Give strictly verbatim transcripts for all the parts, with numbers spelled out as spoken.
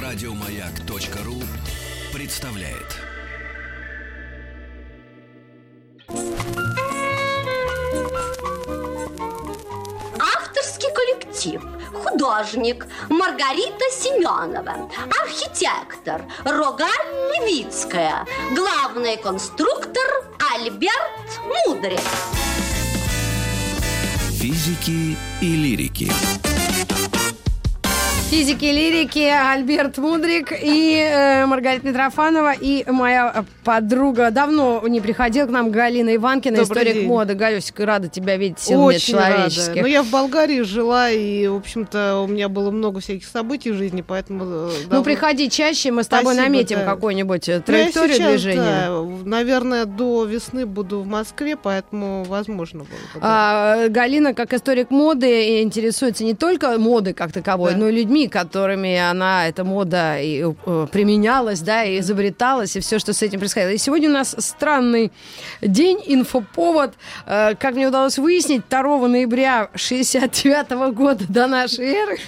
Радиомаяк.ру представляет. Авторский коллектив. Художник Маргарита Семенова. Архитектор Рогаль Левицкая. Главный конструктор Альберт Мудрик. Физики и лирики. Физики и лирики, Альберт Мудрик и э, Маргарита Митрофанова. И моя подруга давно не приходила к нам, Галина Иванкина, Добрый историк день. моды. Галюсик, рада тебя видеть, сил нет Очень человеческих. рада. Ну, я в Болгарии жила, и, в общем-то, у меня было много всяких событий в жизни, поэтому... Ну, давно... приходи чаще, мы с тобой Спасибо, наметим да. какую-нибудь Ну, я траекторию сейчас, движения. да, наверное, до весны буду в Москве, поэтому возможно было бы. Да. А, Галина, как историк моды, интересуется не только модой как таковой, Да. но и людьми, которыми она, эта мода, и, э, применялась, да, и изобреталась, и все, что с этим происходило. И сегодня у нас странный день, инфоповод. Э, как мне удалось выяснить, второго ноября шестьдесят девятого года до нашей эры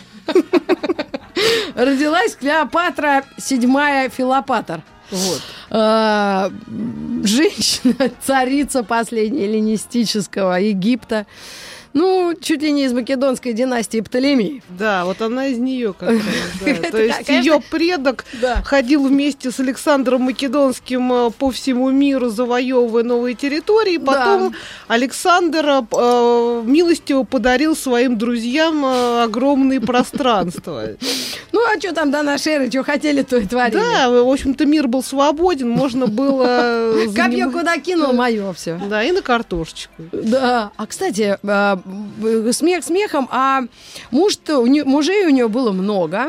родилась Клеопатра седьмая Филопатр. Вот. А, женщина, царица последняя эллинистического Египта. Ну, чуть ли не из македонской династии Птолемеев. Да, вот она из нее как раз. Да. Это, То есть конечно, ее предок да. ходил вместе с Александром Македонским э, по всему миру, завоевывая новые территории. Потом Да. Александр э, милостиво подарил своим друзьям э, огромные пространства. Ну, а что там до нашей эры, что хотели, то и творили. Да, в общем-то, мир был свободен, можно было... Копье заним- куда кинул, мое все. Да, и на картошечку. Да. А, кстати, а, б- смех смехом, а муж-то, у не- мужей у нее было много.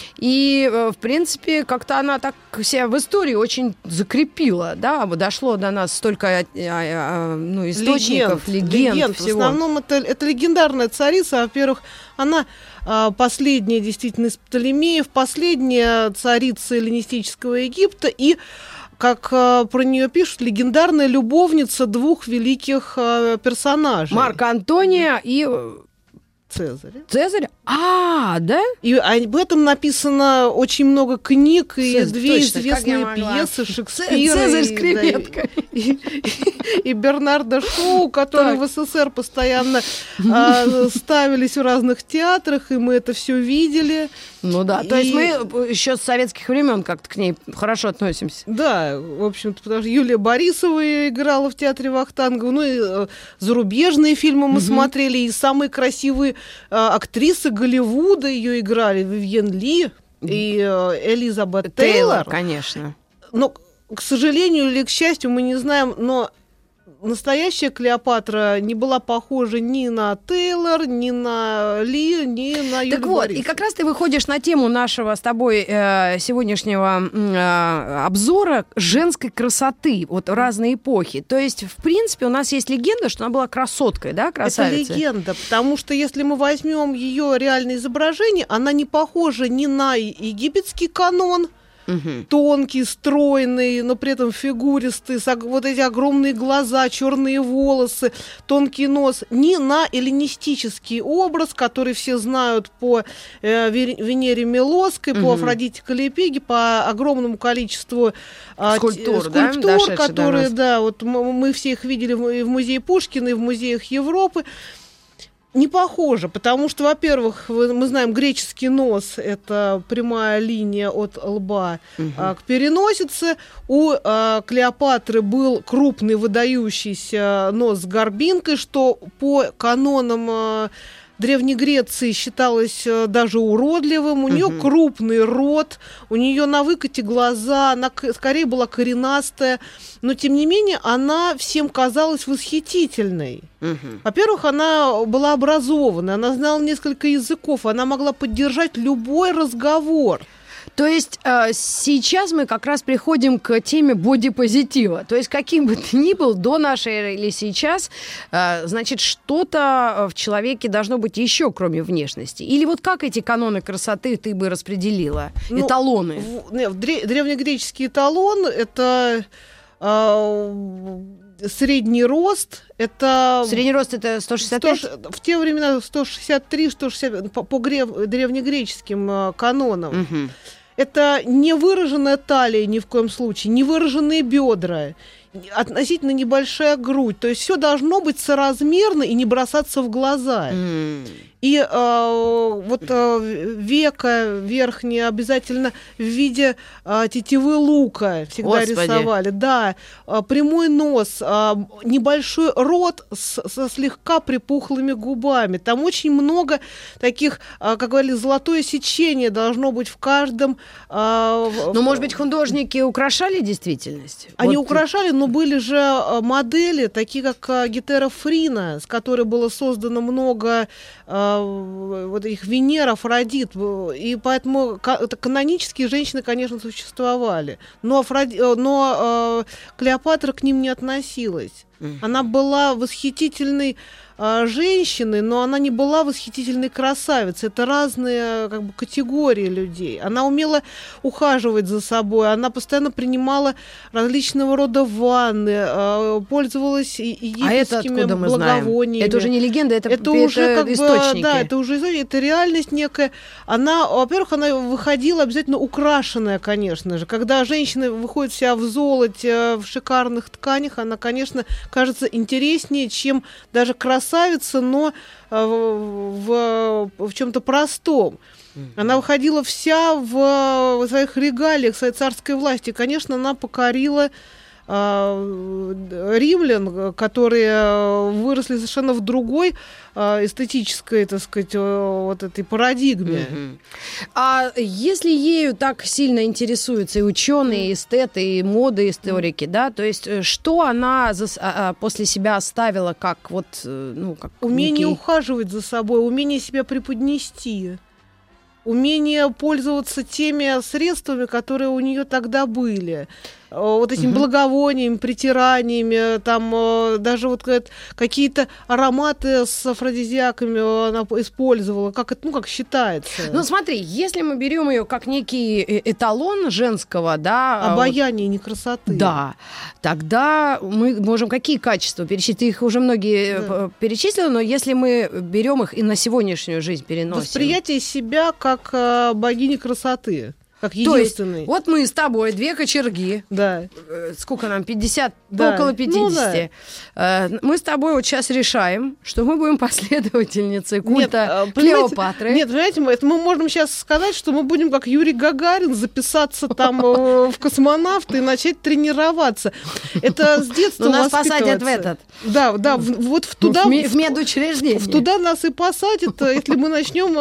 И, э, в принципе, как-то она так себя в истории очень закрепила, да, вот дошло до нас столько а, а, ну, источников, легенд, В всего. основном это, это легендарная царица. Во-первых, она а, последняя действительно из Птолемеев, последняя царица эллинистического Египта и, как а, про нее пишут, легендарная любовница двух великих а, персонажей. Марк Антония и э, Цезаря. Цезарь. А, да? И об этом написано очень много книг и Цезарь, две точно, как я известные могла. пьесы Шекспира. Цезарь с и, креветкой. да, и, и- и Бернарда Шоу, которые в СССР постоянно а, ставились в разных театрах, и мы это все видели. Ну да, то И- есть мы еще с советских времен как-то к ней хорошо относимся. Да, в общем-то, потому что Юлия Борисова её играла в театре Вахтангова, ну и э, зарубежные фильмы мы смотрели, и самые красивые э, актрисы Голливуда ее играли, Вивьен Ли и э, Элизабет Тейлор. конечно. Но, к сожалению или к счастью, мы не знаем, но настоящая Клеопатра не была похожа ни на Тейлор, ни на Ли, ни на Юлию Так вот, Борисову. и как раз ты выходишь на тему нашего с тобой э, сегодняшнего э, обзора женской красоты, вот разные эпохи. То есть, в принципе, у нас есть легенда, что она была красоткой, да, красавицей? Это легенда, потому что если мы возьмем ее реальное изображение, она не похожа ни на египетский канон, Мгм. тонкий, стройный, но при этом фигуристый, с ог- вот эти огромные глаза, черные волосы, тонкий нос, ни на эллинистический образ, который все знают по э, Ве- Венере Милосской, по Мгм. Афродите Каллипиге, по огромному количеству а, Скульптур, те- да, скульптур, дошедших до которые, нас. да, вот м- мы все их видели в, и в музее Пушкина, и в музеях Европы. Не похоже, потому что, во-первых, вы- мы знаем, греческий нос – это прямая линия от лба а, к переносице. У а, Клеопатры был крупный выдающийся нос с горбинкой, что по канонам а, Древней Греции считалось а, даже уродливым. У нее крупный рот, у нее на выкате глаза, она к- скорее была коренастая, но тем не менее она всем казалась восхитительной. Мгм. Во-первых, она была образована, она знала несколько языков, она могла поддержать любой разговор. То есть э, сейчас мы как раз приходим к теме бодипозитива. То есть каким бы ты ни был до нашей эры или сейчас, э, значит, что-то в человеке должно быть еще, кроме внешности. Или вот как эти каноны красоты ты бы распределила? Ну, Эталоны. В, не, в дре- древнегреческий эталон – это а, средний рост, это... Средний рост это сто шестьдесят пять? сто ш- в те времена сто шестьдесят три - сто шестьдесят по, по грев- древнегреческим а, канонам. Мгм. Это не выраженная талия ни в коем случае, не выраженные бедра, относительно небольшая грудь. То есть все должно быть соразмерно и не бросаться в глаза. Mm. И э, вот э, века верхнее обязательно в виде э, тетивы лука всегда Господи. рисовали. Да, э, прямой нос, э, небольшой рот с, со слегка припухлыми губами. Там очень много таких, э, как говорили, золотое сечение должно быть в каждом. Э, ну, может быть, художники украшали действительность? Они вот. украшали, но были же модели, такие как Гетера Фрина, с которой было создано много вот их Венера, Афродит, и поэтому канонические женщины, конечно, существовали, но, Афроди... но э, Клеопатра к ним не относилась. Mm-hmm. Она была восхитительной э, женщиной, но она не была восхитительной красавицей. Это разные как бы, категории людей. Она умела ухаживать за собой, она постоянно принимала различного рода ванны, э, пользовалась египетскими а благовониями. Это уже не легенда, это, это, это уже как источники. Бы, да, это уже это реальность некая. Она, во-первых, она выходила обязательно украшенная, конечно же. Когда женщина выходит вся в золоте, в шикарных тканях, она, конечно, кажется интереснее, чем даже красавица, но э, в, в чем-то простом. Она выходила вся в, в своих регалиях своей царской власти. Конечно, она покорила римлян, которые выросли совершенно в другой эстетической, так сказать, вот этой парадигме. Mm-hmm. А если ею так сильно интересуются и ученые, и эстеты, и моды, историки, mm-hmm. да, то есть что она за, а, после себя оставила как вот, ну, как умение некий... ухаживать за собой, умение себя преподнести, умение пользоваться теми средствами, которые у нее тогда были. Вот этими угу. благовониями, притираниями, там даже вот какие-то ароматы с афродизиаками она использовала, как это, ну, как считается. Ну, смотри, если мы берем ее как некий эталон женского, да... Обаяния, вот, не красоты. Да. Тогда мы можем какие качества перечислить? Их уже многие да. перечислили, но если мы берем их и на сегодняшнюю жизнь переносим... Восприятие себя как э, богини красоты. Как единственный. То есть, вот мы с тобой, две кочерги. Да. Сколько нам? пятьдесят? Да. Около пятидесяти. Ну, да. Мы с тобой вот сейчас решаем, что мы будем последовательницей культа нет, Клеопатры. Нет, понимаете, мы, это мы можем сейчас сказать, что мы будем, как Юрий Гагарин, записаться там в космонавты и начать тренироваться. Это с детства воспитывается. Нас посадят в этот. Да, да, вот в туда... В медучреждение. Туда нас и посадят, если мы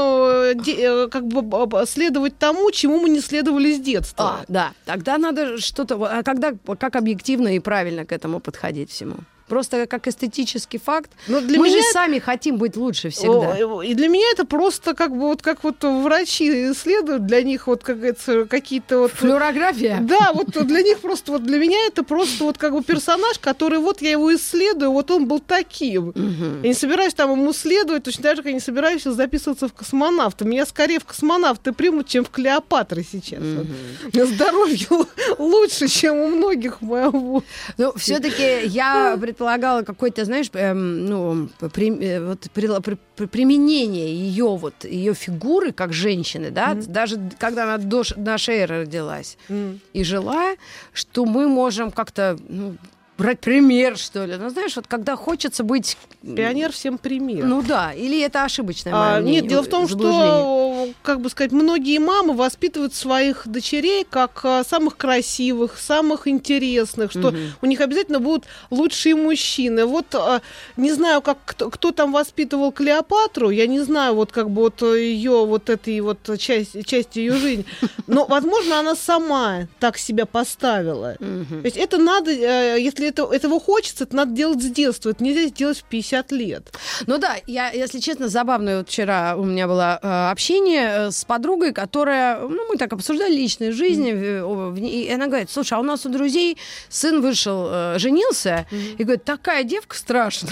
начнем как бы следовать тому, чему мы не следовали с детства. А, да. Тогда надо что-то... А когда, как объективно и правильно к этому подходить всему? Просто как эстетический факт. Но для Мы меня же это... сами хотим быть лучше всегда. И для меня это просто как бы вот как вот врачи исследуют, для них вот как это, какие-то вот... Флюорография? Да, вот для них просто, вот для меня это просто вот как бы персонаж, который вот я его исследую, вот он был таким. Угу. Я не собираюсь там ему следовать, точно так же, как я не собираюсь записываться в космонавты. Меня скорее в космонавты примут, чем в Клеопатры сейчас. Угу. Вот. У меня здоровье лучше, чем у многих моего. Ну, все-таки я предполагала какое-то, знаешь, эм, ну, при, вот, при, при, при, применение ее вот, ее фигуры как женщины, да, mm-hmm. даже когда она до нашей эры родилась mm-hmm. и жила, что мы можем как-то, ну, брать пример, что ли. Ну, знаешь, вот когда хочется быть... Пионер всем пример. Ну да, или это ошибочное а, мнение, нет, дело в том, что, как бы сказать, многие мамы воспитывают своих дочерей как а, самых красивых, самых интересных, что угу. у них обязательно будут лучшие мужчины. Вот а, не знаю, как кто, кто там воспитывал Клеопатру, я не знаю, вот как бы вот ее вот этой вот часть, часть ее жизни, но, возможно, она сама так себя поставила. То есть это надо, если это, этого хочется, это надо делать с детства. Это нельзя сделать в пятьдесят лет. Ну да, я, если честно, забавно. Вот вчера у меня было э, общение с подругой, которая... Ну, мы так обсуждали личную жизнь. Mm-hmm. И она говорит, слушай, а у нас у друзей сын вышел, э, женился, mm-hmm. и говорит, такая девка страшная.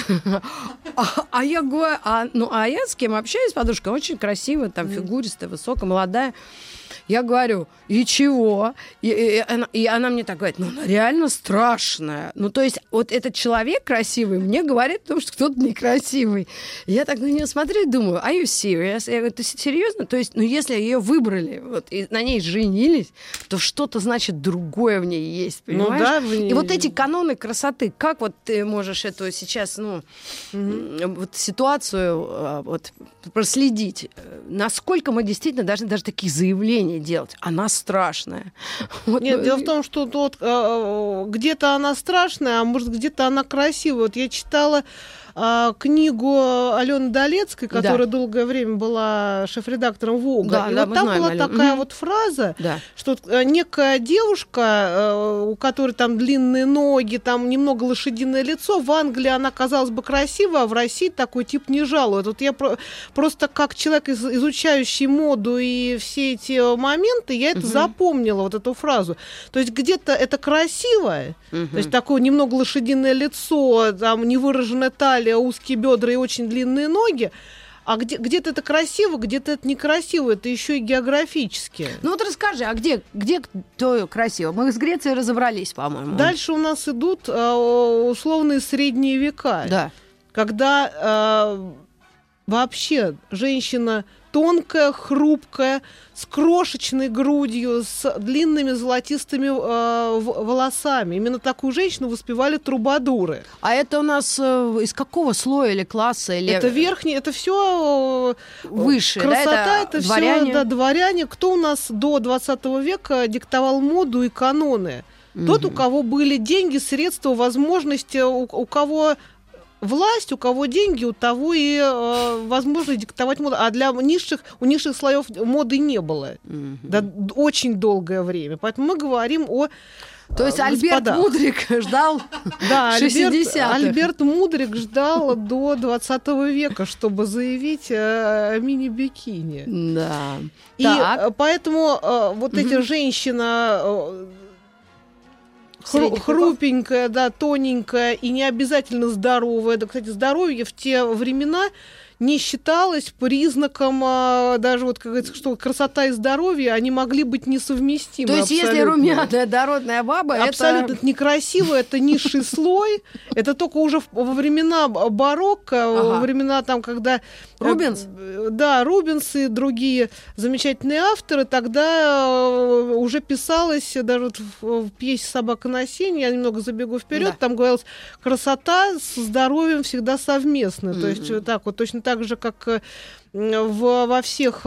а, а я говорю, а, ну, а я с кем общаюсь, подружка, очень красивая, там, фигуристая, высокая, молодая. Я говорю, и чего? И, и, и, она, и она мне так говорит, ну, она реально страшная. Ну, то есть, вот этот человек красивый мне говорит о том, что кто-то некрасивый. Я так на нее смотрю и думаю, are you serious? Я говорю, ты серьезно? То то есть, ну, если ее выбрали, вот, и на ней женились, то что-то, значит, другое в ней есть, понимаешь? Ну, да, в ней... И вот эти каноны красоты, как вот ты можешь эту сейчас, ну, mm-hmm. вот ситуацию вот, проследить? Насколько мы действительно должны даже такие заявления делать? Она страшная. Вот, Нет, ну, дело в том, что вот, э, где-то она страшная, а может, где-то она красивая. Вот я читала э, книгу Алены Долецкой, которая да. долгое время была шеф-редактором «Вога». Да, и да, вот там знаем, была Алена. такая mm-hmm. вот фраза, да. что некая девушка, э, у которой там длинные ноги, там немного лошадиное лицо, в Англии она, казалось бы, красивая, а в России такой тип не жалует. Вот я про- просто как человек, из- изучающий моду и все эти моменты, я это mm-hmm. запомнила, вот эту фразу. То есть где-то это красиво, mm-hmm. то есть такое немного лошадиное лицо, там невыраженная талия, узкие бедра и очень длинные ноги, а где- где-то это красиво, где-то это некрасиво, это еще и географически. Ну вот расскажи, а где, где кто красиво? Мы с Грецией разобрались, по-моему. Дальше у нас идут э, условные средние века, да. когда э, вообще женщина тонкая, хрупкая, с крошечной грудью, с длинными золотистыми э, волосами. Именно такую женщину воспевали трубадуры. А это у нас э, из какого слоя или класса? Или... Это верхний, это все выше, красота, да? это, это дворяне? все да, дворяне. Кто у нас до двадцатого века диктовал моду и каноны? Угу. Тот, у кого были деньги, средства, возможности, у, у кого власть, у кого деньги, у того и э, возможность диктовать моду. А для низших, у низших слоев моды не было. Mm-hmm. Да, очень долгое время. Поэтому мы говорим о То есть Альберт Мудрик ждал да, шестидесятых. Альберт, Альберт Мудрик ждал до двадцатого века, чтобы заявить о мини-бикини. Да. И так. поэтому э, вот mm-hmm. эти женщина... Э, Хру- хрупенькая, да, тоненькая и не обязательно здоровая. Да, кстати, здоровье в те времена не считалось признаком, а, даже вот, как говорится, что красота и здоровье, они могли быть несовместимы. То есть, абсолютно. если румяная дородная баба, абсолютно это... некрасиво, это низший слой. Это только уже во времена барокко, во времена там, когда... Рубенс? Да, Рубенс и другие замечательные авторы, тогда уже писалось, даже в пьесе «Собака на сене», я немного забегу вперед, там говорилось, красота с здоровьем всегда совместны. То есть, так вот, точно так же, как в, во всех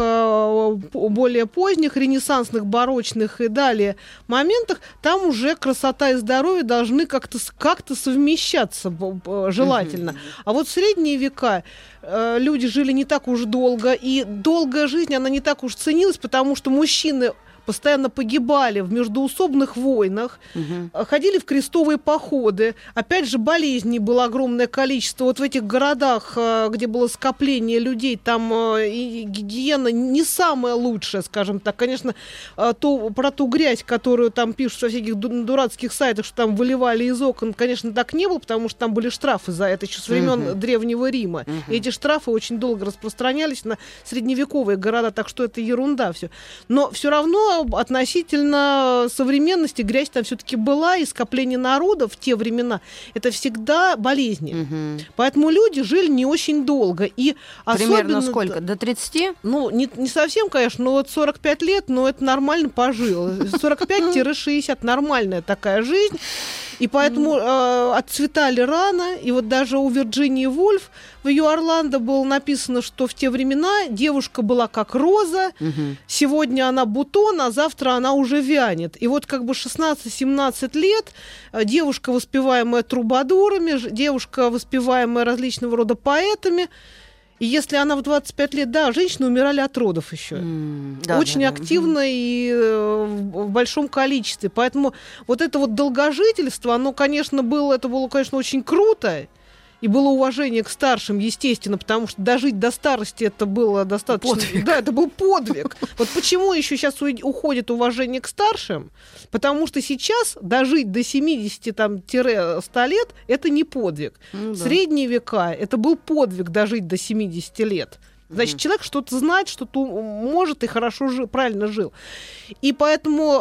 более поздних, ренессансных, барочных и далее моментах, там уже красота и здоровье должны как-то, как-то совмещаться желательно. Mm-hmm. А вот в средние века люди жили не так уж долго, и долгая жизнь, она не так уж ценилась, потому что мужчины постоянно погибали в междоусобных войнах, угу. ходили в крестовые походы. Опять же, болезней было огромное количество. Вот в этих городах, где было скопление людей, там и гигиена не самая лучшая, скажем так. Конечно, то, про ту грязь, которую там пишут во всяких дурацких сайтах, что там выливали из окон, конечно, так не было, потому что там были штрафы за это еще с времен угу. Древнего Рима. Угу. И эти штрафы очень долго распространялись на средневековые города, так что это ерунда все. Но все равно относительно современности грязь там все-таки была, и скопление народа в те времена это всегда болезни. Угу. Поэтому люди жили не очень долго. И примерно особенно, сколько? До тридцати? Ну, не, не совсем, конечно, но вот сорок пять лет, но это нормально пожил. сорок пять шестьдесят нормальная такая жизнь. И поэтому э, отцветали рано. И вот даже у Вирджинии Вульф в ее «Орландо» было написано, что в те времена девушка была как роза, угу. сегодня она бутон, а завтра она уже вянет. И вот как бы шестнадцать-семнадцать лет девушка, воспеваемая трубадурами, девушка, воспеваемая различного рода поэтами. И если она в двадцать пять лет, да, женщины умирали от родов еще. Mm, да, очень да, активно да. и э, в большом количестве. Поэтому вот это вот долгожительство, оно, конечно, было, это было, конечно, очень круто. И было уважение к старшим, естественно, потому что дожить до старости это было достаточно... Подвиг. Да, это был подвиг. Вот почему еще сейчас уходит уважение к старшим? Потому что сейчас дожить до семидесяти-ста лет это не подвиг. Ну, да. В средние века это был подвиг дожить до семидесяти лет. Значит, угу. человек что-то знает, что-то может и хорошо жил, правильно жил. И поэтому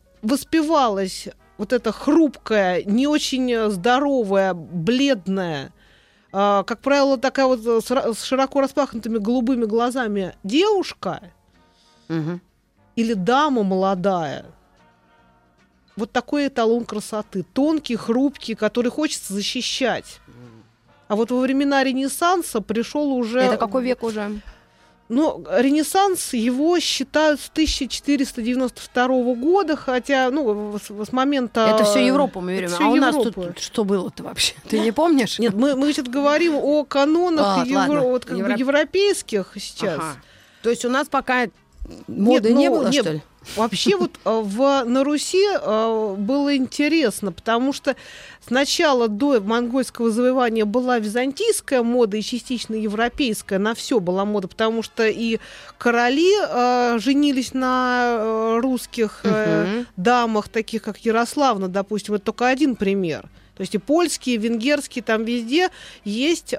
воспевалась вот эта хрупкая, не очень здоровая, бледная, как правило, такая вот с широко распахнутыми голубыми глазами девушка, Мгм. или дама молодая. Вот такой эталон красоты. Тонкий, хрупкий, который хочется защищать. А вот во времена Ренессанса пришел уже... Это какой век уже? Ну, Ренессанс, его считают с тысяча четыреста девяносто второго года, хотя, ну, с, с момента... Это все Европу мы это берем. всё А у нас Европа. тут что было-то вообще? Ты не помнишь? Нет, мы, мы сейчас говорим о канонах А, евро- ладно. вот как бы Европ- европейских сейчас. Ага. То есть у нас пока моды Нет, не ну, было, нет, что ли? Вообще вот э, в, на Руси э, было интересно, потому что сначала до монгольского завоевания была византийская мода и частично европейская, на все была мода, потому что и короли э, женились на э, русских э, Мгм. дамах, таких как Ярославна, допустим, это только один пример. То есть и польские, и венгерские, там везде есть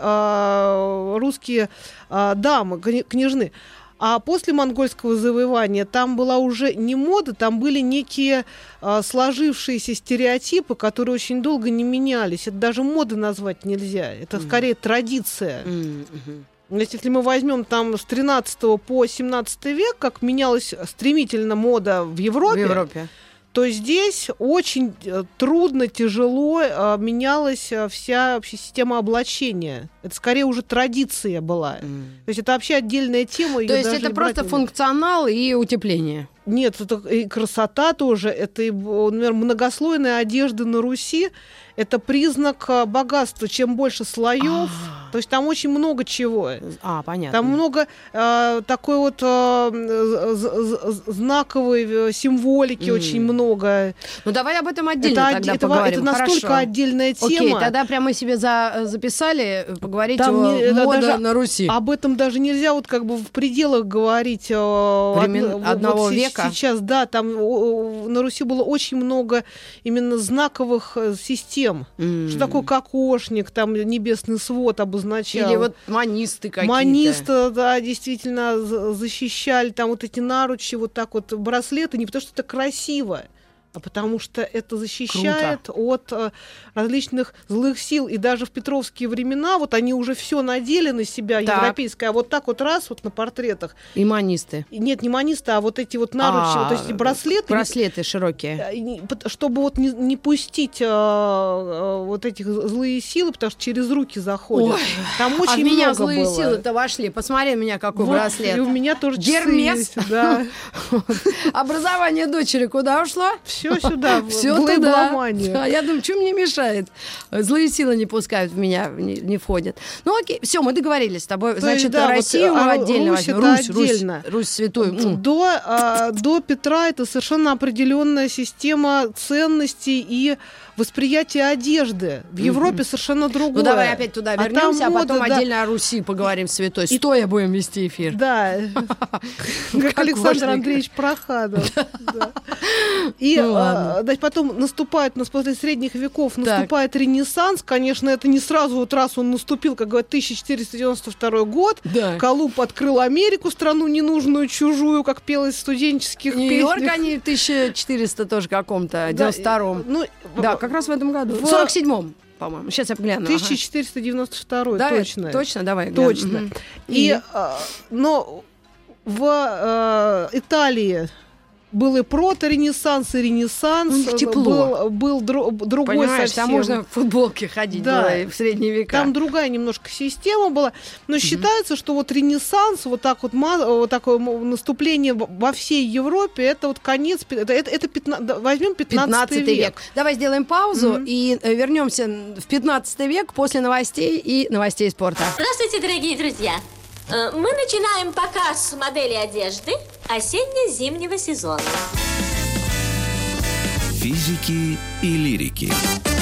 э, русские э, дамы, кни- княжны. А после монгольского завоевания там была уже не мода, там были некие а, сложившиеся стереотипы, которые очень долго не менялись. Это даже моды назвать нельзя. Это Мгм. скорее традиция. М, мгм. То есть, если мы возьмем там с тринадцатого по семнадцатый век, как менялась стремительно мода в В Европе, Европе. то здесь очень э, трудно, тяжело э, менялась э, вся вообще система облачения. Это скорее уже традиция была. М. То есть это вообще отдельная тема. То её есть даже это и брать просто нельзя. функционал и утепление. Нет, это и красота тоже, это, и, б- например, многослойная одежда на Руси, это признак а, богатства. Чем больше слоев, то есть там очень много чего. А, понятно. Там много э, такой вот э, з- з- з- знаковой э, символики, М. очень много. Ну давай об этом отдельно это, тогда оде- это, во- поговорим. это настолько Хорошо. отдельная Окей, тема. тогда прямо мы себе за, записали э, поговорить Там о не- это моде даже на Руси. Об этом даже нельзя вот как бы в пределах говорить. э, Времен одно- вот одного се- века. Сейчас, да, там о, о, на Руси было очень много именно знаковых э, систем. М. Что такое кокошник, там небесный свод обозначал. Или вот манисты какие-то. Манисты, да, действительно за- защищали там вот эти наручи, вот так вот браслеты, не потому что это красиво, а потому что это защищает от э, различных злых сил. И даже в петровские времена вот они уже все надели на себя Так. европейское, а вот так вот раз вот на портретах. И манисты. И нет, не манисты, а вот эти вот наручи, А, вот эти браслеты. Браслеты широкие. Э, не- пот- чтобы вот не, не пустить э, э, вот этих злые силы, потому что через руки заходят. Ой, Там а в очень меня много злые было. силы-то вошли. Посмотри, у меня какой Вот, браслет. И у меня тоже часы Гермес. есть, да. Образование дочери куда ушло? Все сюда, в Все в туда. лейбломанию. А я думаю, что мне мешает? Злые силы не пускают в меня, не, не входят. Ну окей, все, мы договорились с тобой. То Значит, есть, да, вот, Россию мы а, отдельно Русь возьмем. это Русь, Русь, отдельно. Русь святую. М. До, а, до Петра это совершенно определенная система ценностей и восприятия одежды. В Европе совершенно другое. Ну давай опять туда А вернемся, там а, потом мода, да. отдельно о Руси поговорим святой. Стоя будем вести эфир. Да, как Как Александр вождик. Андреевич Прохадов. Да. И Ну, ладно. а, значит, потом наступает, у нас после средних веков наступает Ренессанс. Конечно, это не сразу, вот раз он наступил, как говорят, тысяча четыреста девяносто второй год. Да. Колумб открыл Америку, страну ненужную, чужую, как пелось в студенческих Нью-Йорк песнях. они в тысяча четыреста тоже каком-то, Да, девяносто втором. Ну, Да, как раз в этом году. в- В сорок седьмом, по-моему. Сейчас я погляну. ага. тысяча четыреста девяносто второй, Да, точно. Точно, давай. глянем. Точно. Мгм. И, И? а, но в а, Италии был и прото-ренессанс, и ренессанс. У них тепло. Был, был дру- другой Понимаешь, совсем. там можно в футболке ходить Да. было и в средние века. Там другая немножко система была. Но считается, что вот ренессанс, вот так вот, ма- вот такое м- наступление в- во всей Европе, это вот конец, пи- это, это, это пятна- да, возьмем пятнадцатый пятнадцатый век. век. Давай сделаем паузу Мгм. и э, вернемся в пятнадцатый век после новостей и новостей спорта. Здравствуйте, дорогие друзья! Э, Мы начинаем показ модели одежды осенне-зимнего сезона. Физики и лирики.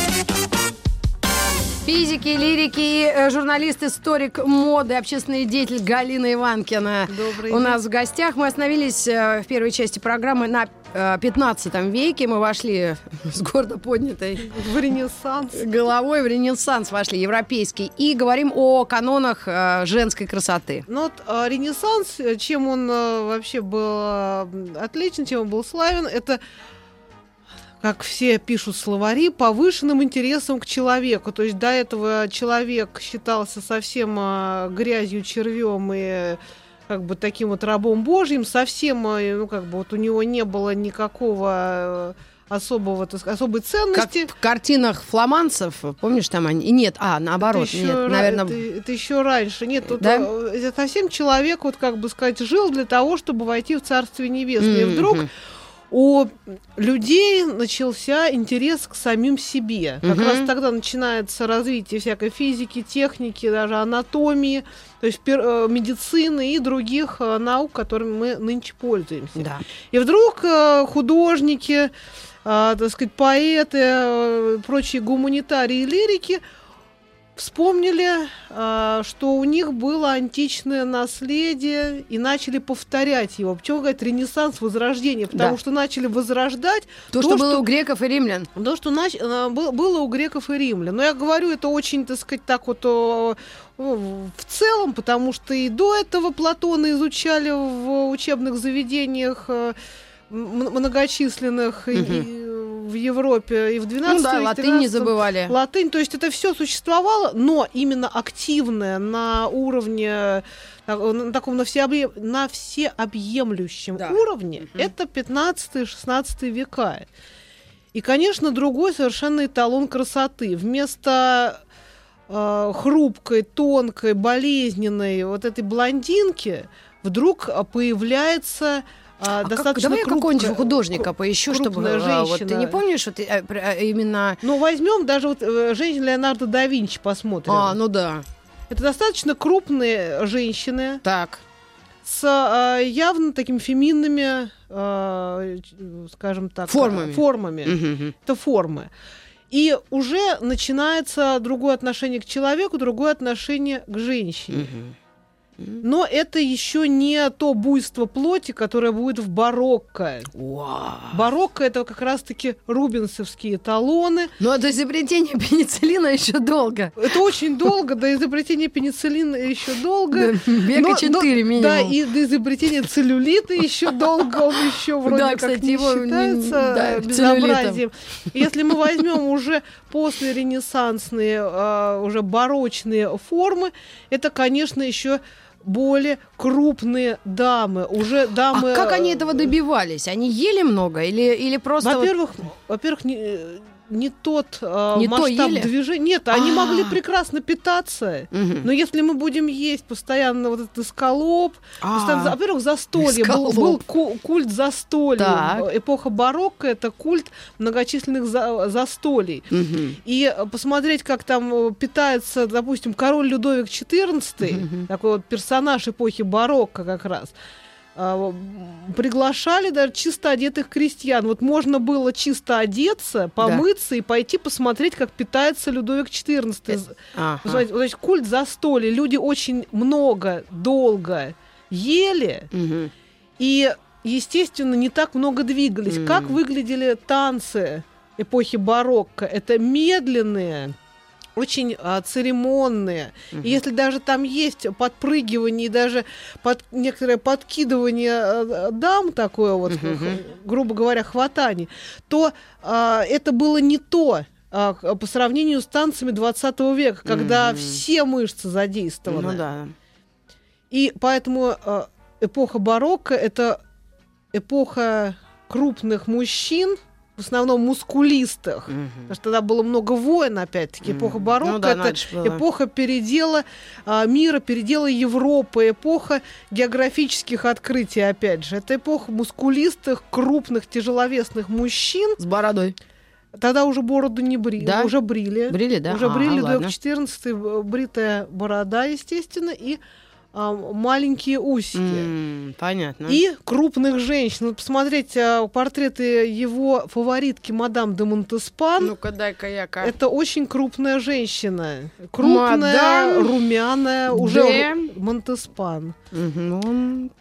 Физики, лирики, э, журналист, историк моды, общественный деятель Галина Иванкина. Добрый У день. нас в гостях. Мы остановились э, в первой части программы на э, пятнадцатом веке. Мы вошли с гордо поднятой В ренессанс. головой в Ренессанс, вошли европейский. И говорим о канонах э, женской красоты. Ну вот а, Ренессанс, э, чем он а, вообще был а, отличен, чем он был славен, это, как все пишут словари, повышенным интересом к человеку. То есть до этого человек считался совсем а, грязью, червем и как бы таким вот рабом Божьим, совсем, ну, как бы вот у него не было никакого особого, так сказать, особой ценности. Как в картинах фламандцев, помнишь, там они... И нет, а, наоборот, это нет, еще, наверное... Это, это еще раньше. Нет, тут да? это совсем человек, вот как бы сказать, жил для того, чтобы войти в Царствие Небесное. Mm-hmm. И вдруг у людей начался интерес к самим себе. Как mm-hmm. раз тогда начинается развитие всякой физики, техники, даже анатомии, то есть пер- медицины и других э, наук, которыми мы нынче пользуемся. Да. И вдруг э, художники, э, так сказать, поэты, э, прочие гуманитарии и лирики вспомнили, э, что у них было античное наследие и начали повторять его. Почему говорят ренессанс, возрождение? Потому да. что начали возрождать то, то что, что было у греков и римлян. То, что нач... было у греков и римлян. Но я говорю, это очень, так сказать, так вот о, в целом, потому что и до этого Платона изучали в учебных заведениях многочисленных угу. и в Европе, и в двенадцатом ну, да, латынь не забывали. Латынь, то есть это все существовало, но именно активное на уровне, на таком на, всеобъем, на всеобъемлющем да. уровне, угу. это пятнадцатый-шестнадцатый века. И, конечно, другой совершенно эталон красоты. Вместо э, хрупкой, тонкой, болезненной вот этой блондинки вдруг появляется А, а достаточно как, давай крупная, какого-нибудь художника поищу, чтобы женщина. Вот, ты не помнишь вот, именно... Ну, возьмем даже вот женщину Леонардо да Винчи, посмотрим. А, ну да. Это достаточно крупные женщины. Так. С а, явно такими феминными, а, скажем так... Формами. Формами. Угу. Это формы. И уже начинается другое отношение к человеку, другое отношение к женщине. Угу. Но это еще не то буйство плоти, которое будет в барокко. Wow. Барокко — это как раз-таки рубенсовские эталоны. Но до изобретения пенициллина еще долго. Это очень долго, до изобретения пенициллина еще долго. Века четыре минимум. Да, и до изобретения целлюлита еще долго, он еще вроде да, как кстати, не его считается да, безобразием. Если мы возьмем уже после ренессансные, уже барочные формы, это, конечно, еще более крупные дамы, уже дамы. А как они этого добивались? Они ели много или или просто? Во-первых, вот... во-первых, не, не тот э, не масштаб то движения. Нет, они А-а-а. могли прекрасно питаться. Угу. Но если мы будем есть постоянно вот этот эскалоп, постоянно, во-первых, застолье, был, был ку- культ застолья. Так. Эпоха барокко — это культ многочисленных за- застолий. Угу. И посмотреть, как там питается, допустим, король Людовик четырнадцатый, угу. такой вот персонаж эпохи барокко как раз, приглашали даже чисто одетых крестьян. Вот можно было чисто одеться, помыться да. и пойти посмотреть, как питается Людовик четырнадцатый. Ага. Посмотрите, то есть культ застолья. Люди очень много, долго ели, угу. и, естественно, не так много двигались. Угу. Как выглядели танцы эпохи барокко? Это медленные, очень а, церемонные. Uh-huh. И если даже там есть подпрыгивание и даже под, некоторое подкидывание а, дам, такое вот, uh-huh. грубо говоря, хватание, то а, это было не то а, по сравнению с танцами двадцатого века, когда uh-huh. все мышцы задействованы. Ну да. И поэтому а, эпоха барокко — это эпоха крупных мужчин, в основном мускулистых, угу. потому что тогда было много войн, опять-таки, эпоха барокко, ну, да, это эпоха передела а, мира, передела Европы, эпоха географических открытий, опять же. Это эпоха мускулистых, крупных, тяжеловесных мужчин. С бородой. Тогда уже бороду не брили, да? уже брили. Брили, да? Уже а, брили, Людовик до четырнадцатый, бритая борода, естественно, и а, маленькие усики. Mm, понятно. И крупных женщин. Вот посмотреть а, портреты его фаворитки мадам де Монтеспан. Ну-ка, дай-ка я-ка. Это очень крупная женщина. Крупная, мадам румяная, уже де... Монтеспан. Монтеспан.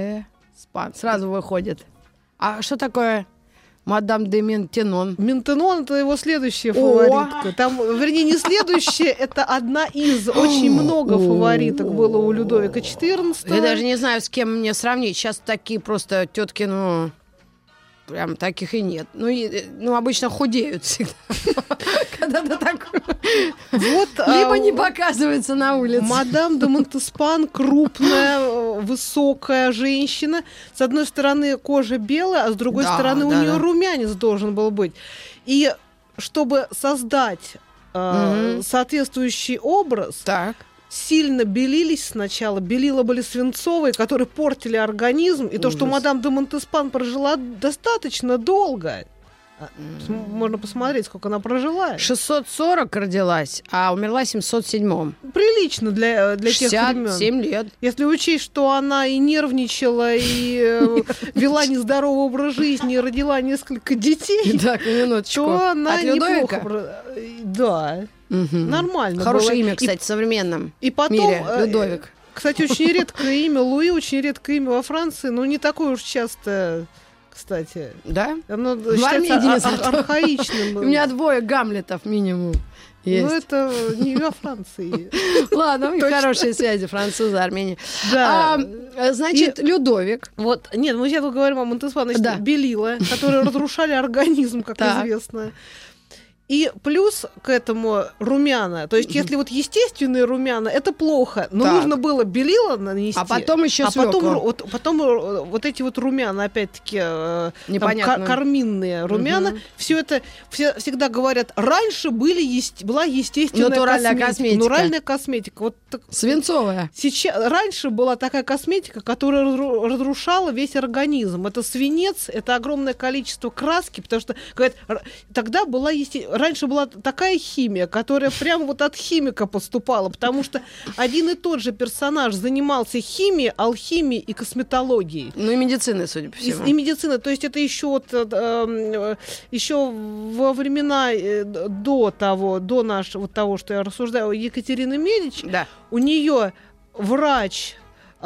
Сразу выходит. А что такое мадам де Ментенон? Ментенон — это его следующая фаворитка. Там, вернее, не следующая, это одна из. Очень много фавориток было у Людовика четырнадцатого. Я даже не знаю, с кем мне сравнить. Сейчас такие просто тетки, ну, прям таких и нет. Ну, и, ну обычно худеют всегда. когда-то так. Вот, Либо а, не показывается на улице. Мадам де Монтеспан крупная, высокая женщина. С одной стороны кожа белая, а с другой Да, стороны у да, нее да. румянец должен был быть. И чтобы создать э, Мгм. соответствующий образ, Так. сильно белились сначала. Белила были свинцовые, которые портили организм. И то, что Ужас. мадам де Монтеспан прожила достаточно долго. А, с- Можно посмотреть, сколько она прожила. шестьсот сорок родилась, а умерла семьсот семь. Прилично для, для тех времен. шестьдесят семь лет. Если учесть, что она и нервничала, и э, вела нездоровый образ жизни, и родила несколько детей, Так, минуточку. то она От неплохо... Людовика? про- Да, Мгм. нормально Хорошее было. имя, И- кстати, в современном И потом... мире. э, Людовик. Кстати, очень редкое имя. Луи очень редкое имя во Франции, но не такое уж часто, кстати. Да? Оно Армении считается нет. а- а- архаичным. У меня двое Гамлетов минимум Но есть. это не во Франции. Ладно, у них Точно. хорошие связи, французы, Армения. Да. А, значит, Людовик. Вот, нет, мы сейчас говорим о Монтеспан, значит, Да. белила, которые разрушали организм, как Так. известно. И плюс к этому румяна. То есть, если вот естественные румяна, это плохо, но Так. нужно было белила нанести. А потом еще а потом, свеклу. ру- вот, потом э, вот эти вот румяна, опять-таки, э, там, Непонятно. ка- карминные румяна, Мгм. все это все, всегда говорят, раньше были есть, была естественная Натуральная косметика. косметика. Натуральная косметика. Вот так- Свинцовая. Сейчас, раньше была такая косметика, которая разру- разрушала весь организм. Это свинец, это огромное количество краски, потому что, говорят, р- тогда была есте- раньше была такая химия, которая прямо вот от химика поступала, потому что один и тот же персонаж занимался химией, алхимией и косметологией. Ну и медицины, судя по И, всему. и медицина, то есть это еще вот, э, э, еще во времена э, до того, до нашего вот того, что я рассуждаю, Екатерины Медичи, Да. у нее врач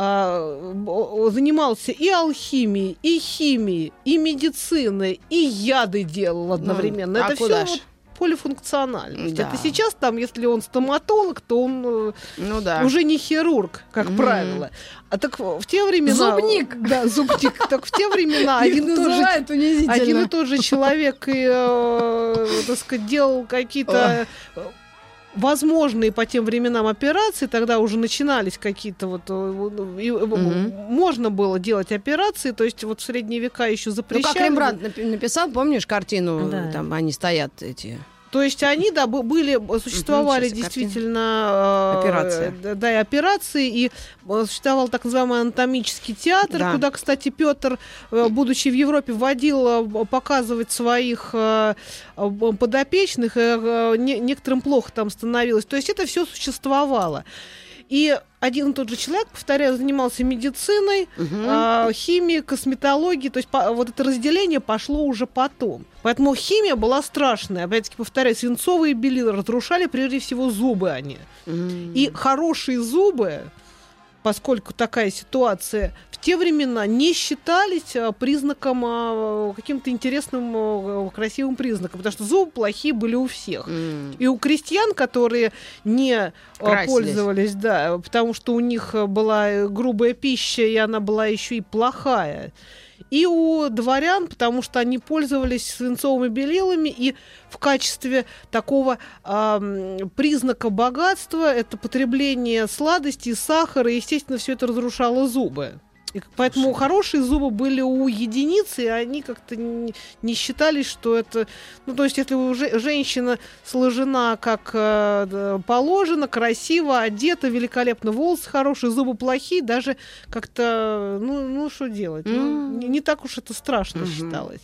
а, б- занимался и алхимией, и химией, и медициной, и яды делал одновременно. Ну, а это куда все ж? вот полифункциональность. Да. Это сейчас там, если он стоматолог, то он э, Ну да. уже не хирург, как Мгм. правило. А так в в те времена... Зубник. Да, зубник. Так в те времена Их один и тот же называют унизительно. один и тот же человек и, э, так сказать, делал какие-то э, возможные по тем временам операции, тогда уже начинались какие-то вот, э, и, э, Мгм. можно было делать операции, то есть вот в средние века еще Ну, запрещали. как Рембрандт напи- написал, помнишь картину? Да. Там они стоят, эти... То есть они, да, б- были, существовали Мгм, сейчас я действительно э, Операция. да, да, и операции, и э, существовал так называемый анатомический театр, Да. куда, кстати, Петр, э, будучи в Европе, водил э, показывать своих э, э, подопечных, и э, не- некоторым плохо там становилось. То есть это все существовало. И один и тот же человек, повторяю, занимался медициной, Мгм. а, химией, косметологией. То есть по- вот это разделение пошло уже потом. Поэтому химия была страшная. Опять-таки, повторяю, свинцовые белила разрушали прежде всего зубы они. Мгм. И хорошие зубы, поскольку такая ситуация, в те времена не считались а, признаком, а, каким-то интересным, а, красивым признаком, потому что зубы плохие были у всех. М. И у крестьян, которые не а, Красились. пользовались, да, потому что у них а, была э, грубая пища, и она была еще и плохая. И у дворян, потому что они пользовались свинцовыми белилами, и в качестве такого а, м, признака богатства это потребление сладостей, сахара, и, естественно, все это разрушало зубы. И поэтому хорошие зубы были у единицы, и они как-то не, не считались, что это... Ну, то есть, если у же- женщина сложена как э, д- положено, красиво, одета, великолепно, волосы хорошие, зубы плохие, даже как-то... Ну, ну что делать? Ну, М. не, не так уж это страшно Мгм. считалось.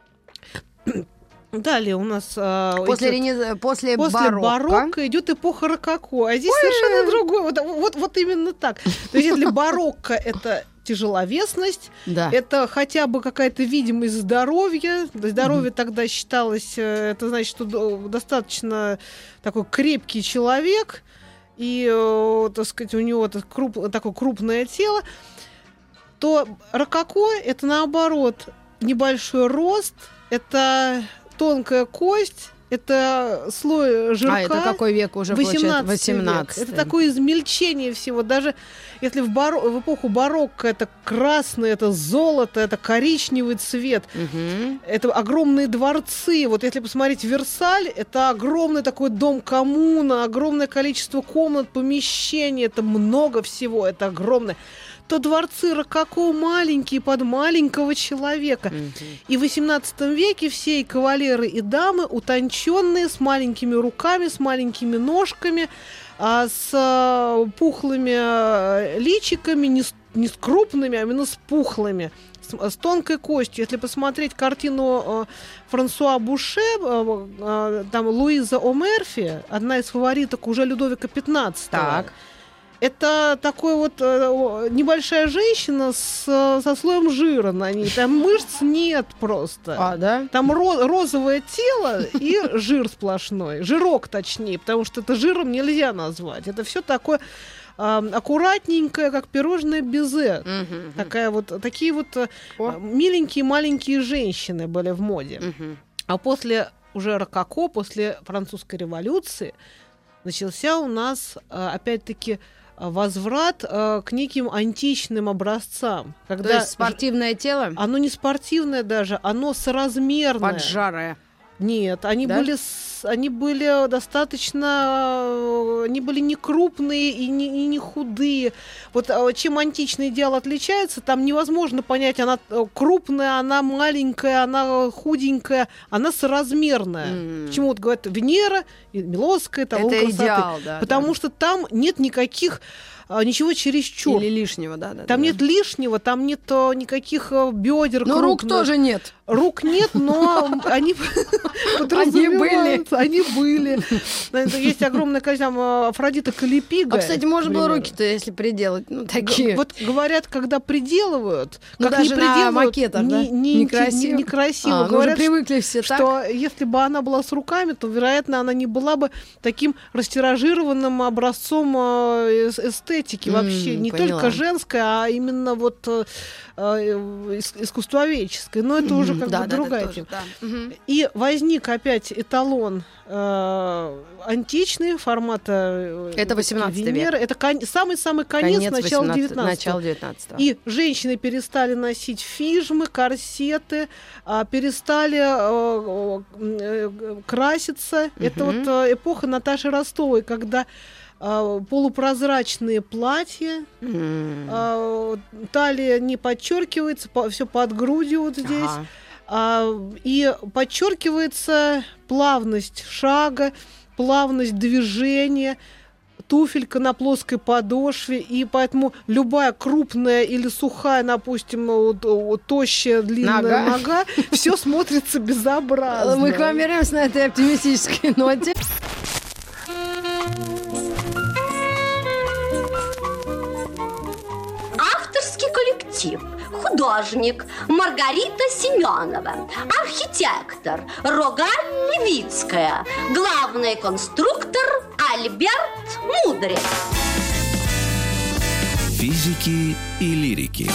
Далее у нас... а, После, идет- ренез- после, После барокко. барокко идет эпоха рококо. А здесь совершенно другое. Вот, вот, вот именно так. То есть, если барокко это тяжеловесность, Да. это хотя бы какая-то видимость здоровья. Здоровье тогда считалось, э, это значит, что до- достаточно такой крепкий человек, и, э, так сказать, у него так круп- такое крупное тело, то рококо это наоборот небольшой рост, это тонкая кость, Это слой жирка. А это какой век уже получается? восемнадцатый век. Это такое измельчение всего. Даже если в, баро... в эпоху барокко это красное, это золото, это коричневый цвет, угу. это огромные дворцы. Вот если посмотреть Версаль, это огромный такой дом коммуна, огромное количество комнат, помещений, это много всего, это огромное. То дворцы рококо маленькие, под маленького человека. Mm-hmm. И в восемнадцатом веке все и кавалеры, и дамы утонченные, с маленькими руками, с маленькими ножками, а, с а, пухлыми а, личиками, не с, не с крупными, а именно с пухлыми, с, с тонкой костью. Если посмотреть картину а, Франсуа Буше, а, а, там Луиза О'Мерфи, одна из фавориток уже Людовика пятнадцатого. Так. Это такой вот э, небольшая женщина с, со слоем жира на ней. Там мышц нет просто. А, да? Там ро- розовое тело и жир сплошной. Жирок точнее, потому что это жиром нельзя назвать. Это все такое э, аккуратненькое, как пирожное безе. Uh-huh. Такая вот, такие вот э, миленькие маленькие женщины были в моде. Uh-huh. А после уже рококо, после французской революции, начался у нас э, опять-таки возврат э, к неким античным образцам. Когда То есть спортивное тело? Оно не спортивное даже, оно соразмерное. Поджарое. Нет, они, да? были, они были достаточно... Они были не крупные и не, и не худые. Вот чем античный идеал отличается, там невозможно понять, она крупная, она маленькая, она худенькая, она соразмерная. Mm. Почему вот говорят Венера, Милосская, там, это идеал, да. Потому да. что там нет никаких... Ничего чересчур. Или лишнего, да. да там да, нет да. лишнего, там нет никаких бедер. Но крупных. рук тоже нет. Рук нет, но они подразумеваются. Они были. Есть огромное количество Афродита Каллипига. А, кстати, можно было руки-то, если приделать, ну, такие. Вот говорят, когда приделывают, как даже на макетах, да? Некрасиво. Некрасиво. Говорят, привыкли все так. Что если бы она была с руками, то, вероятно, она не была бы таким растиражированным образцом эстетики вообще. Не только женской, а именно вот искусствоведческой. Но это уже как бы другая тема. И возник опять эталон э, античный формата это восемнадцатый век. Это кон- самый-самый конец, конец начала девятнадцатого. Начало девятнадцатого. И женщины перестали носить фижмы, корсеты, а, перестали э, э, краситься. Угу. Это вот э, эпоха Наташи Ростовой, когда э, полупрозрачные платья, mm. э, талия не подчеркивается, по, все под грудью вот здесь. Ага. И подчеркивается плавность шага, плавность движения, туфелька на плоской подошве, и поэтому любая крупная или сухая, допустим, тощая, длинная нога, нога все смотрится безобразно. Мы к вам вернемся на этой оптимистической ноте. Авторский коллектив. Художник Маргарита Семенова, архитектор Рогаль Левицкая, главный конструктор Альберт Мудрец. Физики и лирики.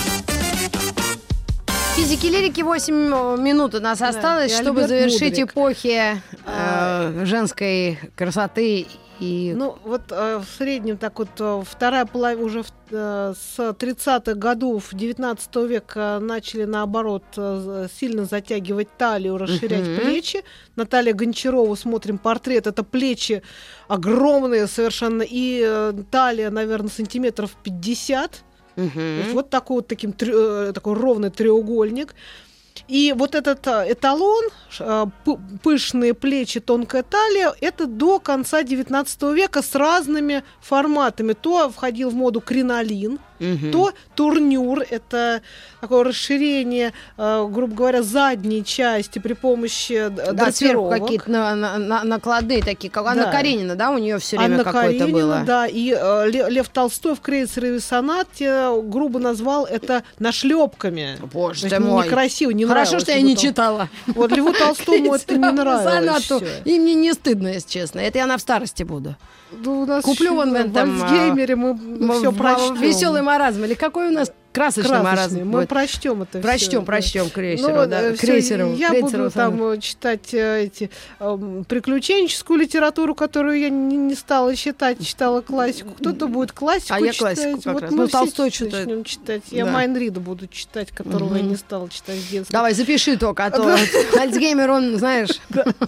Физики и лирики, восемь минут у нас осталось, да, чтобы завершить Мудрик. эпохи э, женской красоты. И... Ну, вот э, в среднем так вот э, вторая половина уже э, с тридцатых годов девятнадцатого века начали, наоборот, э, сильно затягивать талию, расширять uh-huh. плечи. Наталья Гончарова, смотрим портрет, это плечи огромные совершенно, и э, талия, наверное, сантиметров пятьдесят. Uh-huh. То есть вот такой вот таким, э, такой ровный треугольник. И вот этот эталон, пышные плечи, тонкая талия, это до конца девятнадцатого века с разными форматами. То входил в моду кринолин, угу. то турнюр, это такое расширение, грубо говоря, задней части при помощи да, драпировок. Сверху какие-то на, на, накладные такие, как да. Анна Каренина, да, у нее все время Анна какое-то Каренина, было. Да, и э, Лев Толстой в «Крейцеровой сонате» грубо назвал это нашлепками. Боже ты мой. Некрасиво, не Хорошо, нравилось. что я не читала. Вот Льву Толстому это не нравилось. И мне не стыдно, если честно. Это я на в старости буду. Куплю вон в этом... В Альцгеймере мы все прочтем. «Веселый маразм». Или какой у нас красочный, красочный. маразм. Мы будет. прочтем это Прочтем, все. прочтем Да. крейсеру, Ну, да, всё, крейсеру. я крейсеру буду самому. там читать э, эти э, приключенческую литературу, которую я не, не стала читать, читала классику. Кто-то будет классику А я читать. классику как вот раз. мы Ну, все Толстой читать, что-то- начнем читать. Я Да. Майн Рида буду читать, которого я не стала читать с детства. Давай, запиши только, а то Альцгеймер, он, знаешь,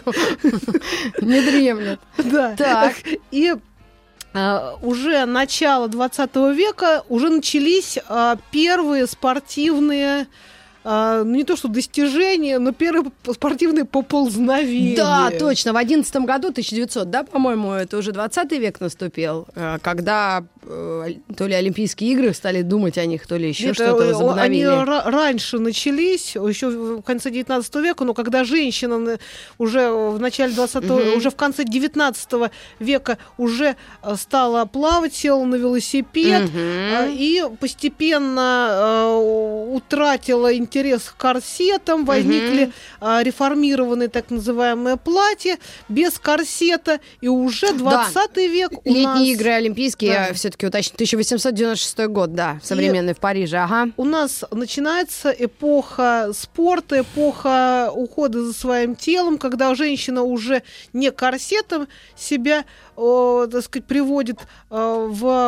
не дремлет. Да. Так. И а, уже начало двадцатого века уже начались а, первые спортивные, а, ну, не то что достижения, но первые п- спортивные поползновения. Да, точно. В одиннадцатом году, тысяча девятьсот, да, по-моему, это уже двадцатый век наступил, э, когда э, то ли Олимпийские игры стали думать о них, то ли еще Нет, что-то э, возобновили. Они ра- раньше начались, еще в конце девятнадцатого века, но когда женщина на- уже в начале двадцатого, Мгм. уже в конце девятнадцатого века уже э, стала плавать, села на велосипед, Мгм. э, и постепенно э, утратила интерес к корсетам, возникли э, реформированные так называемые платья без корсета, и уже двадцатый век у Летние нас... игры олимпийские, Да. я все-таки уточню, тысяча восемьсот девяносто шестой год, да, современный в Париже, ага. У нас начинается эпоха спорта, эпоха ухода за своим телом, когда женщина уже не корсетом себя, о, так сказать, приводит э,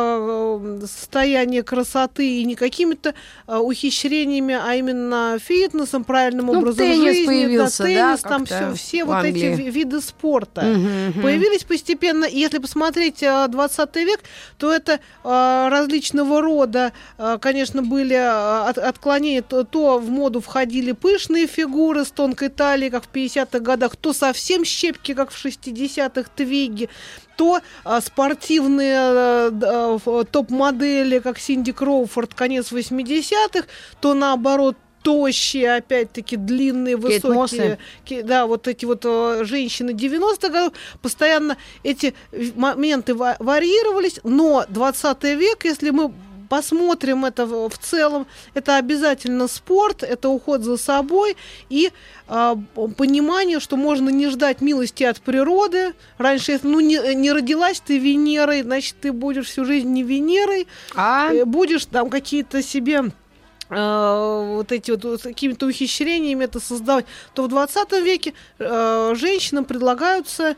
в э, состояние красоты и не какими-то э, ухищрениями, а именно фитнесом, правильным Ну, образом теннис жизни, появился, да, да, теннис, там как-то все, все в вот эти Англии. ви- виды спорта. Мгм, мгм. Появились постепенно, и если посмотреть э, двадцатый век, то это э, различного рода, э, конечно, были э, от- отклонения, то, то в моду входили пышные фигуры с тонкой талией, как в пятидесятых годах, то совсем щепки, как в шестидесятых, твиги, то а, спортивные а, да, ф- топ-модели, как Синди Кроуфорд, конец восьмидесятых, то наоборот тощие, опять-таки длинные, Кейт Моссы. высокие, ки- да, вот эти вот э, женщины девяностых годов, постоянно эти в- моменты ва- варьировались, но двадцатый век, если мы посмотрим это в в целом, это обязательно спорт, это уход за собой и а, понимание, что можно не ждать милости от природы. Раньше, если ну, не, не родилась ты Венерой, значит, ты будешь всю жизнь не Венерой, А? э, будешь там какие-то себе э, вот эти вот, вот какими-то ухищрениями это создавать, то в двадцатом веке э, женщинам предлагаются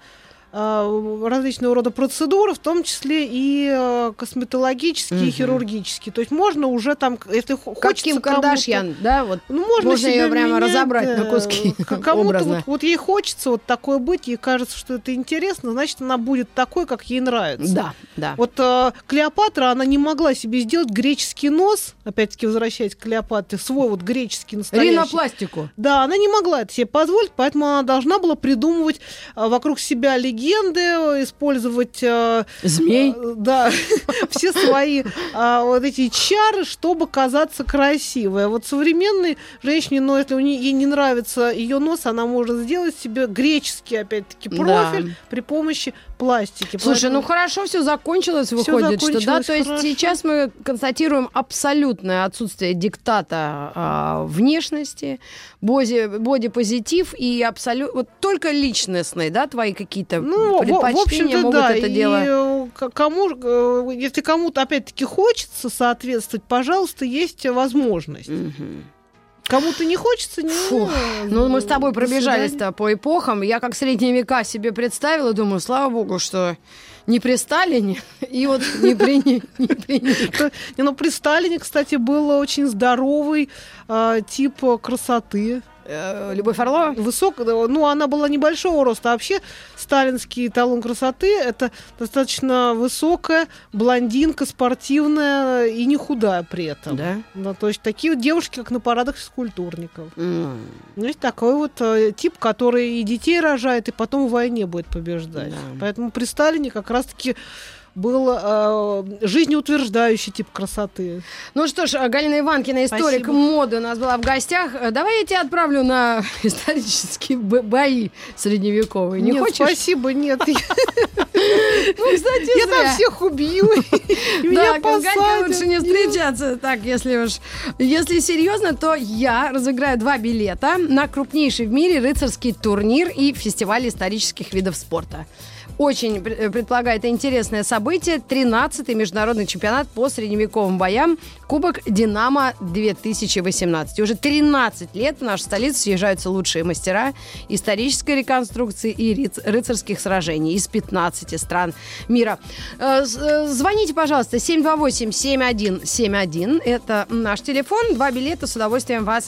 э, различного рода процедуры, в том числе и э, косметологические, Мгм. и хирургические. То есть можно уже там, если хо- Как хочется Ким кому-то- Кардашьян, да, вот. ну, можно, Можно себя её прямо менять, разобрать да. на куски, К- Кому-то образно. вот, вот ей хочется вот такое быть, ей кажется, что это интересно, значит, она будет такой, как ей нравится. Да, да. Вот э, Клеопатра, она не могла себе сделать греческий нос, опять-таки возвращаясь к Клеопатре, свой вот греческий настоящий. Ринопластику. Да, она не могла это себе позволить, поэтому она должна была придумывать э, вокруг себя легенды, э, использовать э, Змей. э, да, все свои э, вот эти чары, чтобы казаться красивой. А вот современной женщине, но если у нее, ей не нравится ее нос, она может сделать себе греческий, опять-таки, профиль Да. при помощи пластики. Слушай, Поэтому- ну хорошо, все закончилось, Всё выходит, что да. закончилось То есть хорошо. сейчас мы констатируем абсолютное отсутствие диктата а, внешности, боди, бодипозитив и абсолютно вот только личностные, да, твои какие-то Ну, в- в предпочтения общем-то, могут да. это и дело. э, к- кому, э, если кому-то опять-таки хочется соответствовать, пожалуйста, есть возможность. Мгм. Кому-то не хочется, не. Фух. Ну, мы с тобой до свидания. пробежались-то по эпохам. Я как средние века себе представила, думаю, слава богу, что не при Сталине и вот не при, не, не при них. То- не, ну, при Сталине, кстати, был очень здоровый э, тип э, красоты. Э, Любовь Орлова? Высокая, ну, она была небольшого роста. А вообще сталинский эталон красоты — это достаточно высокая блондинка, спортивная и не худая при этом. Да? Да, то есть такие вот девушки, как на парадах физкультурников. М. Ну, есть такой вот э, тип, который и детей рожает, и потом в войне будет побеждать. Да. Поэтому при Сталине как раз-таки был э, жизнеутверждающий тип красоты. Ну что ж, Галина Иванкина, историк Спасибо. моды, у нас была в гостях. Э, Давай я тебя отправлю на исторические бо- бои средневековые. Не нет, хочешь? спасибо, нет. Ну, кстати, Я там зря. всех убью, и меня Да, Галькой посадят. лучше не встречаться. Так, если уж... Если серьезно, то я разыграю два билета на крупнейший в мире рыцарский турнир и фестиваль исторических видов спорта. очень предполагает интересное событие. тринадцатый международный чемпионат по средневековым боям. Кубок «Динамо-две тысячи восемнадцать». Уже тринадцать лет в нашу столицу съезжаются лучшие мастера исторической реконструкции и рыцарских сражений из пятнадцати стран мира. Звоните, пожалуйста, семь два восемь семь один семь один. Это наш телефон. Два билета с удовольствием вас...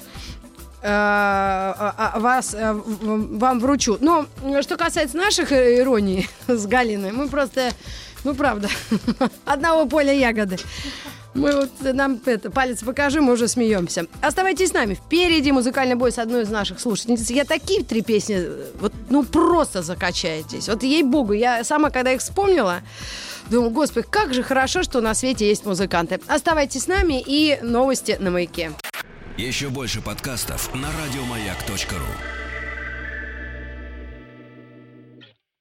вас вам вручу. Но что касается наших ироний с Галиной, мы просто, ну правда, одного поля ягоды. Мы вот, нам это, палец покажи, мы уже смеемся. Оставайтесь с нами. Впереди музыкальный бой с одной из наших слушательниц. Я такие три песни, вот, ну просто закачаетесь. Вот ей-богу, я сама, когда их вспомнила, думаю, господи, как же хорошо, что на свете есть музыканты. Оставайтесь с нами и новости на Маяке. Еще больше подкастов на радиомаяк точка ру.